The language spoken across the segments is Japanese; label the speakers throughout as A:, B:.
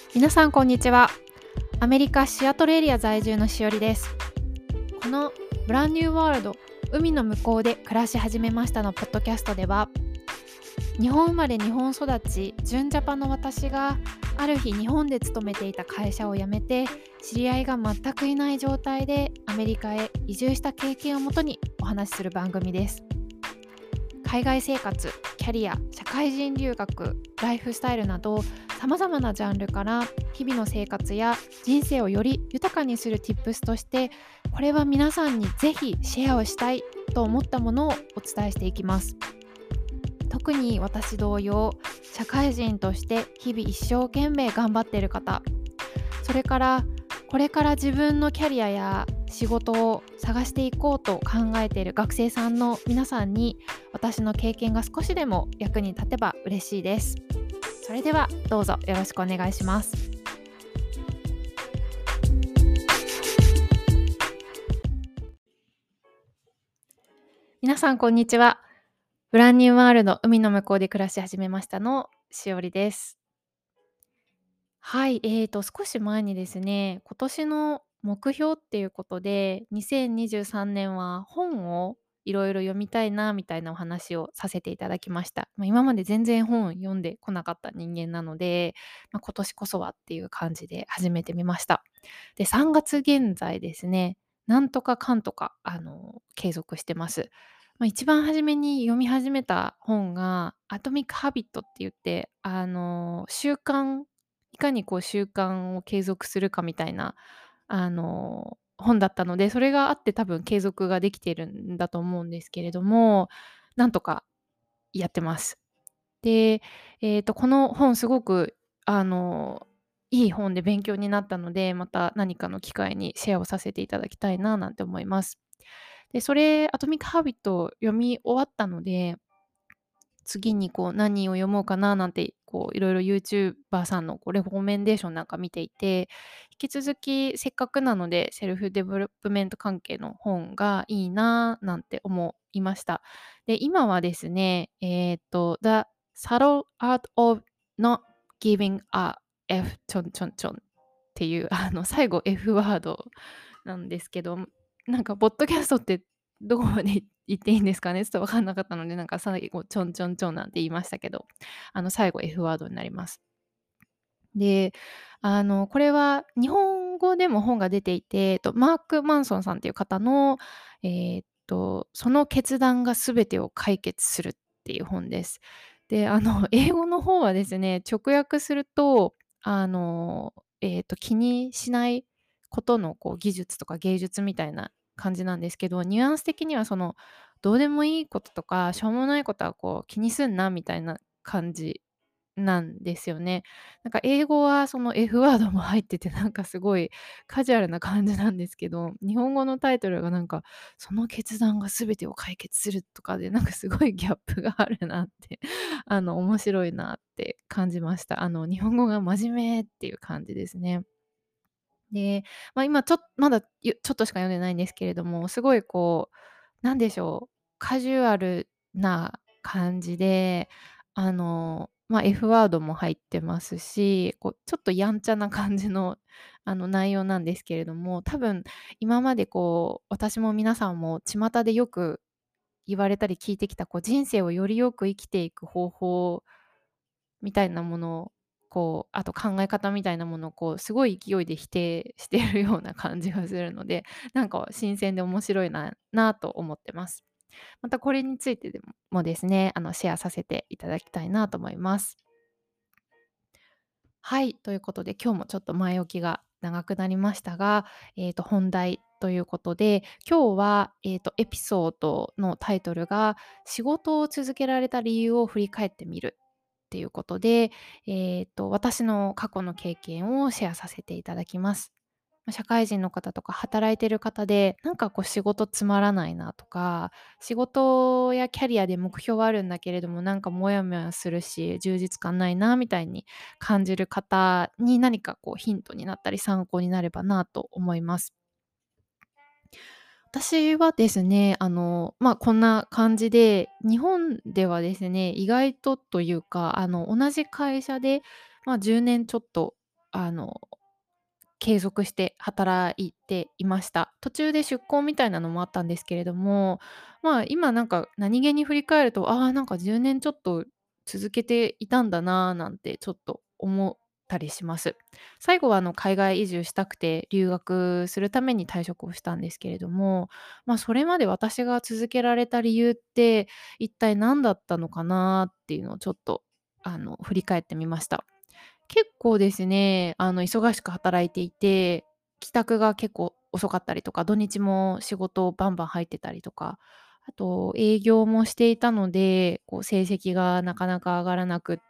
A: 皆さんこんにちは。アメリカシアトルエリア在住のしおりです。このブランニューワールド、海の向こうで暮らし始めましたのポッドキャストでは、日本生まれ日本育ち純ジャパの私がある日日本で勤めていた会社を辞めて、知り合いが全くいない状態でアメリカへ移住した経験をもとにお話しする番組です。海外生活、キャリア、社会人留学、ライフスタイルなどさまざまなジャンルから日々の生活や人生をより豊かにする Tips として、これは皆さんにぜひシェアをしたいと思ったものをお伝えしていきます。特に私同様、社会人として日々一生懸命頑張っている方、それからこれから自分のキャリアや仕事を探していこうと考えている学生さんの皆さんに、私の経験が少しでも役に立てば嬉しいです。それではどうぞよろしくお願いします。皆さんこんにちは。ブランニューワールド、海の向こうで暮らし始めましたのしおりです。はい、少し前にですね、今年の目標っていうことで、2023年は本をいろいろ読みたいなみたいなお話をさせていただきました。今まで全然本読んでこなかった人間なので、今年こそはっていう感じで始めてみました。で、3月現在ですね、なんとかかんとか継続してます。一番初めに読み始めた本がアトミック・ハビットって言って、習慣いかにこう習慣を継続するかみたいな、本だったので、それがあって多分継続ができているんだと思うんですけれども、なんとかやってます。で、この本すごく、あの、いい本で勉強になったので、また何かの機会にシェアをさせていただきたいななんて思います。で、それ、アトミック・ハビット読み終わったので、次にこう何を読もうかななんてこういろいろユーチューバーさんのこうレコメンデーションなんか見ていて、引き続きせっかくなのでセルフデベロップメント関係の本がいいななんて思いました。で、今はですね、The Subtle Art of Not Giving a F ちょんちょんちょんっていう最後 F ワードなんですけど、なんかポッドキャストってどこまで言っていいんですかね、ちょっと分かんなかったので、なんか最後ちょんちょんちょんなんて言いましたけど、最後 F ワードになります。で、これは日本語でも本が出ていて、マーク・マンソンさんっていう方の、その決断が全てを解決するっていう本です。で、英語の方はですね、直訳すると、気にしないことのこう技術とか芸術みたいな感じなんですけど、ニュアンス的にはその、どうでもいいこととか、しょうもないことはこう気にすんなみたいな感じなんですよね。なんか英語はその F ワードも入ってて、なんかすごいカジュアルな感じなんですけど、日本語のタイトルがなんか、その決断が全てを解決するとかで、なんかすごいギャップがあるなって面白いなって感じました。日本語が真面目っていう感じですね。で、今まだちょっとしか読んでないんですけれども、すごいこう、なんでしょう、カジュアルな感じで、F ワードも入ってますし、こうちょっとやんちゃな感じの、内容なんですけれども、多分今までこう、私も皆さんも巷でよく言われたり聞いてきた、こう人生をよりよく生きていく方法みたいなものを、こう、あと考え方みたいなものを、こう、すごい勢いで否定しているような感じがするので、なんか新鮮で面白いなと思ってます。またこれについてでもですね、シェアさせていただきたいなと思います。はい、ということで今日もちょっと前置きが長くなりましたが、本題ということで、今日は、エピソードのタイトルが「仕事を続けられた理由を振り返ってみる」っていうことで、私の過去の経験をシェアさせていただきます。社会人の方とか働いてる方で、なんかこう仕事つまらないなとか、仕事やキャリアで目標はあるんだけれども、なんかモヤモヤするし、充実感ないなみたいに感じる方に何かこうヒントになったり参考になればなと思います。私はですね、こんな感じで、日本ではですね、意外とというか、同じ会社で、10年ちょっとあの継続して働いていました。途中で出向みたいなのもあったんですけれども、今なんか何気に振り返ると、なんか10年ちょっと続けていたんだななんてちょっと思ったりします。最後は海外移住したくて留学するために退職をしたんですけれども、それまで私が続けられた理由って一体何だったのかなっていうのをちょっと振り返ってみました。結構ですね、忙しく働いていて、帰宅が結構遅かったりとか、土日も仕事バンバン入ってたりとか、あと営業もしていたので、成績がなかなか上がらなくって、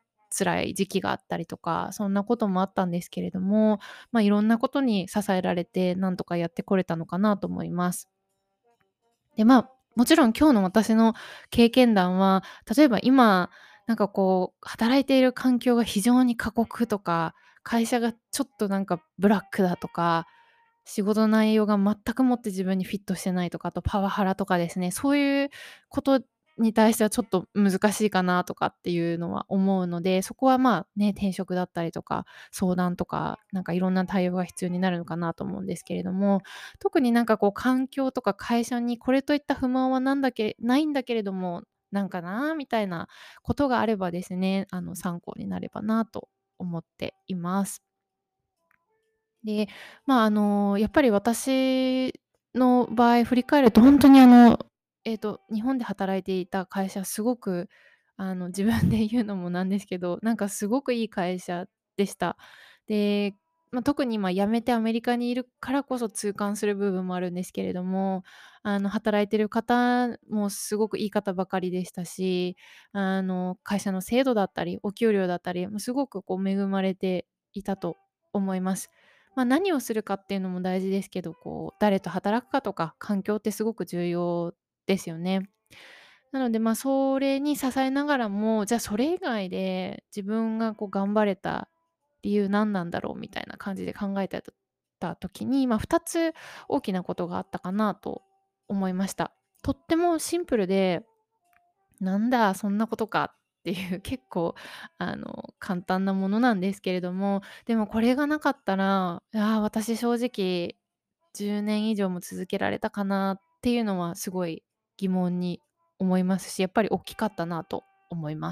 A: 辛い時期があったりとか、そんなこともあったんですけれども、いろんなことに支えられて、なんとかやってこれたのかなと思います。で、もちろん今日の私の経験談は、例えば今、なんか働いている環境が非常に過酷とか、会社がちょっとなんかブラックだとか、仕事の内容が全くもって自分にフィットしてないとか、あとパワハラとかですね、そういうことに対してはちょっと難しいかなとかっていうのは思うので、そこは転職だったりとか、相談とか、なんかいろんな対応が必要になるのかなと思うんですけれども、特になんか環境とか会社にこれといった不満はないんだけれども、なんかなみたいなことがあればですね、参考になればなと思っています。で、やっぱり私の場合振り返ると本当に日本で働いていた会社すごく、自分で言うのもなんですけど、なんかすごくいい会社でした。で、特に今辞めてアメリカにいるからこそ痛感する部分もあるんですけれども、働いてる方もすごくいい方ばかりでしたし、会社の制度だったり、お給料だったり、もうすごく恵まれていたと思います。何をするかっていうのも大事ですけど、誰と働くかとか、環境ってすごく重要ですよね。なので、それに支えながらも、じゃあそれ以外で自分が頑張れた理由何なんだろうみたいな感じで考えてた時に、2つ大きなことがあったかなと思いました。とってもシンプルで、なんだ、そんなことかっていう結構簡単なものなんですけれども、でもこれがなかったら、私正直10年以上も続けられたかなっていうのはすごい疑問に思いますし、やっぱり大きかったなと思います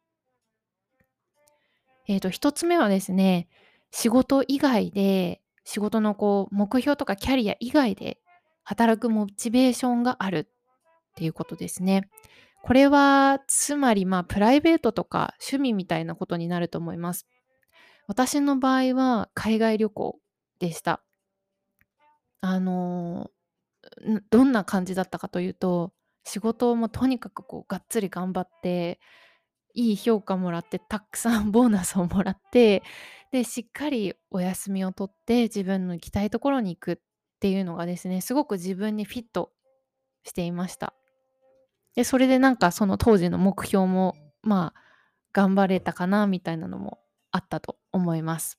A: 。1つ目はですね、仕事以外で、仕事の目標とかキャリア以外で働くモチベーションがあるっていうことですね。これはつまり、プライベートとか趣味みたいなことになると思います。私の場合は海外旅行でした。あの、どんな感じだったかというと、仕事もとにかくがっつり頑張って、いい評価もらって、たくさんボーナスをもらって、で、しっかりお休みを取って自分の行きたいところに行くっていうのがですね、すごく自分にフィットしていました。で、それでなんかその当時の目標も、頑張れたかなみたいなのもあったと思います。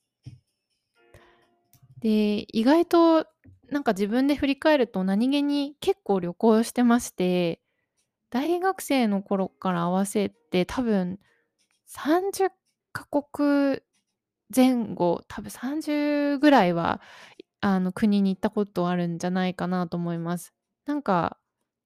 A: で、意外となんか自分で振り返ると何気に結構旅行してまして、大学生の頃から合わせて多分30カ国前後、多分30ぐらいは、国に行ったことあるんじゃないかなと思います。なんか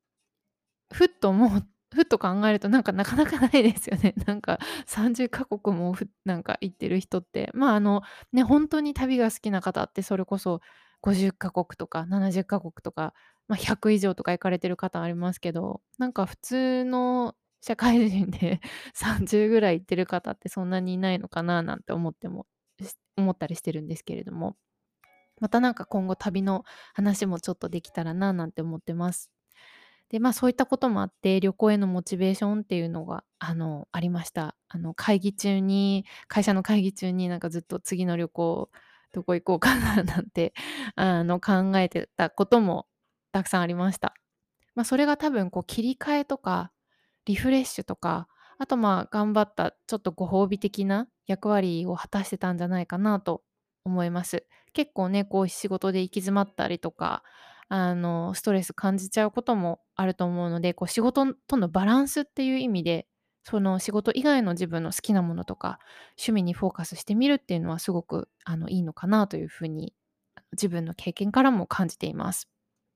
A: ふっと考えるとなんかなかなかないですよね。なんか30カ国もなんか行ってる人って。ね、ほんとに旅が好きな方ってそれこそ50カ国とか70カ国とか、100以上とか行かれてる方ありますけど、なんか普通の社会人で30ぐらい行ってる方ってそんなにいないのかななんて思ったりしてるんですけれども、またなんか今後旅の話もちょっとできたらななんて思ってます。で、そういったこともあって、旅行へのモチベーションっていうのが、ありました。会社の会議中になんかずっと次の旅行、どこ行こうかななんて、考えてたこともたくさんありました。それが多分切り替えとか、リフレッシュとか、あと頑張ったちょっとご褒美的な役割を果たしてたんじゃないかなと思います。結構ね、仕事で行き詰まったりとか、ストレス感じちゃうこともあると思うので、仕事とのバランスっていう意味で、 その仕事以外の自分の好きなものとか、趣味にフォーカスしてみるっていうのはすごくいいのかなというふうに、自分の経験からも感じています。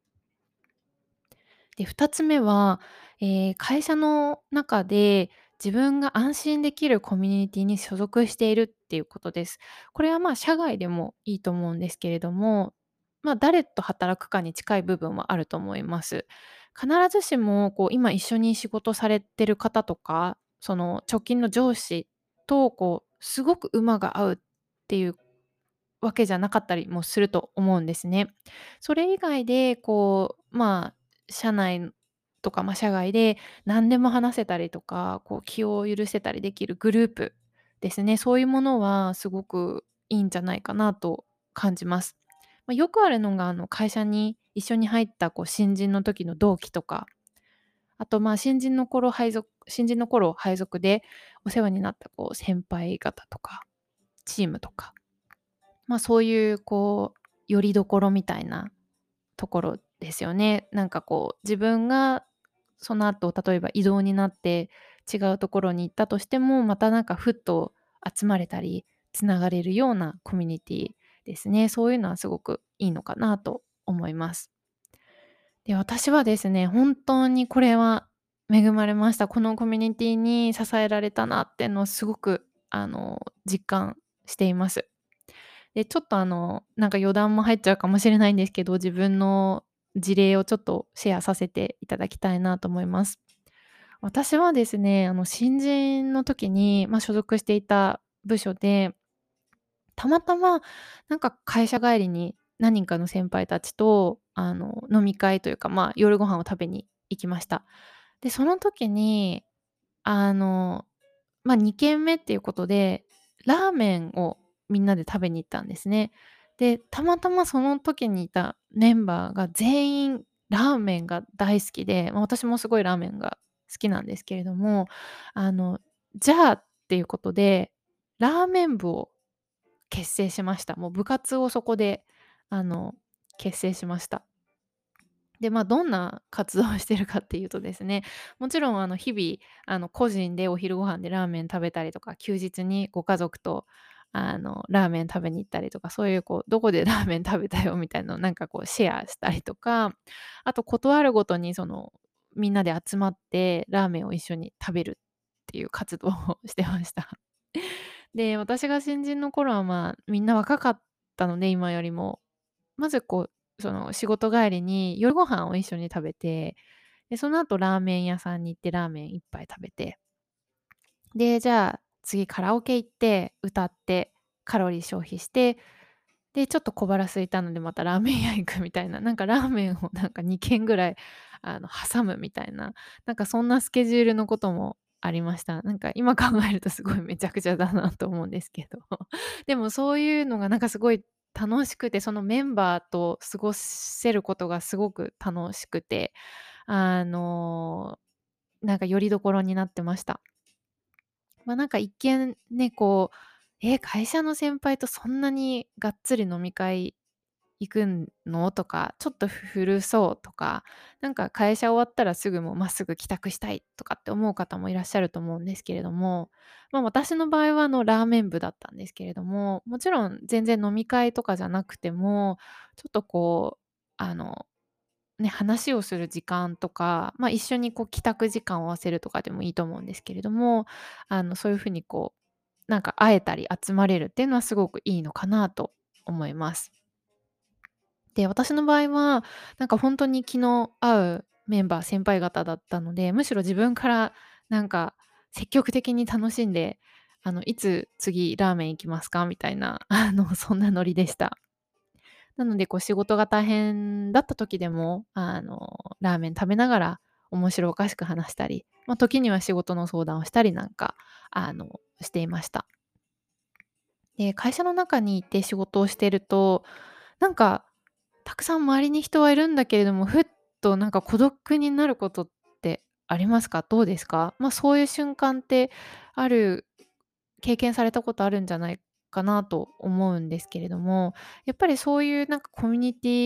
A: で、2つ目は、会社の中で自分が安心できるコミュニティに所属しているっていうことです。これは社外でもいいと思うんですけれども、誰と働くかに近い部分はあると思います。必ずしも今一緒に仕事されてる方とか、その直近の上司とすごく馬が合うっていうわけじゃなかったりもすると思うんですね。それ以外で社内とか、社外で何でも話せたりとか、気を許せたりできるグループですね。そういうものはすごくいいんじゃないかなと感じます。よくあるのが、会社に一緒に入った新人の時の同期とか、あと、新人の頃配属でお世話になった先輩方とか、チームとか、そういう拠り所みたいなところですよね。なんか自分がその後、例えば異動になって違うところに行ったとしても、またなんかふっと集まれたり、つながれるようなコミュニティですね。そういうのはすごくいいのかなと思います。で、私はですね、本当にこれは恵まれました。このコミュニティに支えられたなっていうのをすごく実感しています。で、ちょっとなんか余談も入っちゃうかもしれないんですけど、自分の事例をちょっとシェアさせていただきたいなと思います。私はですね、新人の時に、所属していた部署で、たまたまなんか会社帰りに何人かの先輩たちと、飲み会というか、夜ご飯を食べに行きました。で、その時に、あの、2軒目っていうことで、ラーメンをみんなで食べに行ったんですね。で、たまたまその時にいたメンバーが全員ラーメンが大好きで、私もすごいラーメンが好きなんですけれども、あの、じゃあっていうことで、ラーメン部を結成しました。もう部活をそこで、あの、結成しました。で、どんな活動をしてるかっていうとですね、もちろん日々、個人でお昼ご飯でラーメン食べたりとか、休日にご家族とラーメン食べに行ったりとか、そういうどこでラーメン食べたよみたいなのをなんかシェアしたりとか、あと事あるごとにみんなで集まってラーメンを一緒に食べるっていう活動をしてました。で、私が新人の頃は、みんな若かったので、今よりも。まずその仕事帰りに夜ご飯を一緒に食べて、で、その後ラーメン屋さんに行ってラーメン一杯食べて、で、じゃあ次カラオケ行って歌ってカロリー消費して、で、ちょっと小腹空いたのでまたラーメン屋行くみたいな、なんかラーメンをなんか2軒ぐらい挟むみたいな、なんかそんなスケジュールのこともありました。なんか今考えるとすごいめちゃくちゃだなと思うんですけど。でもそういうのがなんかすごい楽しくて、そのメンバーと過ごせることがすごく楽しくて、あの、なんか拠り所になってました。なんか一見ね、会社の先輩とそんなにがっつり飲み会行くの？とか、ちょっと古そうとか、なんか会社終わったらすぐもうまっすぐ帰宅したいとかって思う方もいらっしゃると思うんですけれども、私の場合はラーメン部だったんですけれども、もちろん全然飲み会とかじゃなくても、ちょっとあの話をする時間とか、一緒に帰宅時間を合わせるとかでもいいと思うんですけれども、そういう風になんか会えたり集まれるっていうのはすごくいいのかなと思います。で、私の場合は、なんかほんとに気の合うメンバー、先輩方だったので、むしろ自分からなんか積極的に楽しんで、いつ次ラーメン行きますかみたいな、そんなノリでした。なので、仕事が大変だった時でも、ラーメン食べながら面白おかしく話したり、時には仕事の相談をしたりなんか、していました。で、会社の中にいて仕事をしてると、なんか、たくさん周りに人はいるんだけれども、ふっとなんか孤独になることってありますか？どうですか？そういう瞬間ってある経験されたことあるんじゃないかなと思うんですけれども、やっぱりそういうなんかコミュニティ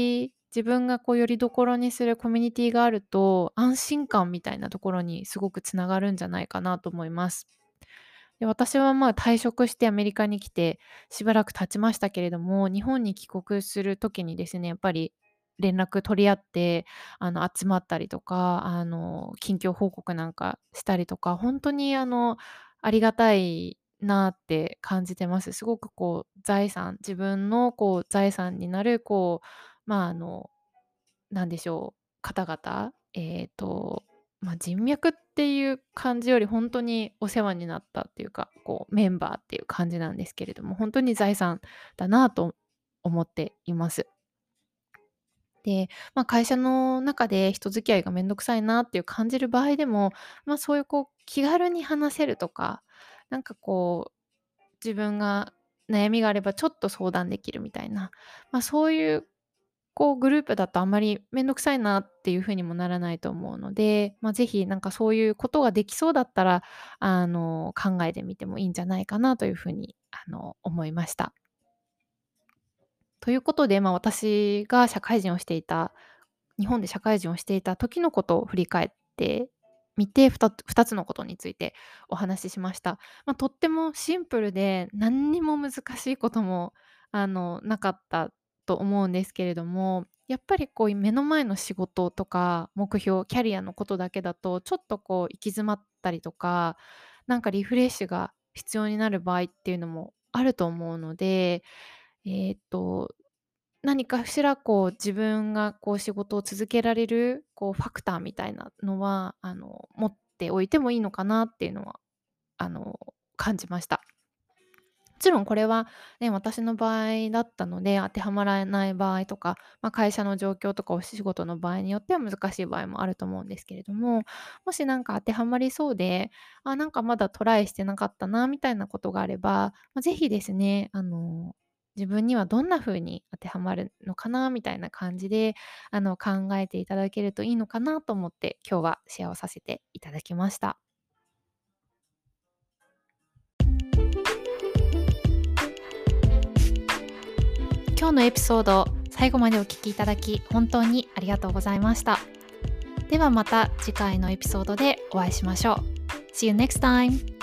A: 自分がこう拠り所にするコミュニティがあると、安心感みたいなところにすごくつながるんじゃないかなと思います。で、私は退職してアメリカに来てしばらく経ちましたけれども、日本に帰国する時にですね、やっぱり連絡取り合って、集まったりとか、近況報告なんかしたりとか、本当にありがたいなって感じてます。すごくこう財産自分のこう財産になるこう、なんでしょう、方々、人脈っていう感じより本当にお世話になったっていうか、こうメンバーっていう感じなんですけれども、本当に財産だなと思っています。で、会社の中で人付き合いがめんどくさいなっていう感じる場合でも、そういうこう気軽に話せるとか、なんかこう自分が悩みがあればちょっと相談できるみたいな、そういうこうグループだとあんまりめんどくさいなっていう風にもならないと思うので、ぜひなんかそういうことができそうだったら、考えてみてもいいんじゃないかなという風に、思いました。ということで、私が社会人をしていた日本で社会人をしていた時のことを振り返ってみて、2つのことについてお話ししました。とってもシンプルで、何にも難しいことも、なかったと思うんですけれども、やっぱりこう目の前の仕事とか目標、キャリアのことだけだと、ちょっとこう行き詰まったりとか、なんかリフレッシュが必要になる場合っていうのもあると思うので、えっと何かしらこう自分がこう仕事を続けられるこうファクターみたいなのは、持っておいてもいいのかなっていうのは、あの、感じました。もちろんこれはね、私の場合だったので、当てはまらない場合とか、会社の状況とかお仕事の場合によっては難しい場合もあると思うんですけれども、もしなんか当てはまりそうで、なんかまだトライしてなかったなみたいなことがあれば、ぜひですね、自分にはどんな風に当てはまるのかなみたいな感じで、考えていただけるといいのかなと思って、今日はシェアをさせていただきました。今日のエピソード、最後までお聞きいただき、本当にありがとうございました。ではまた次回のエピソードでお会いしましょう。See you next time!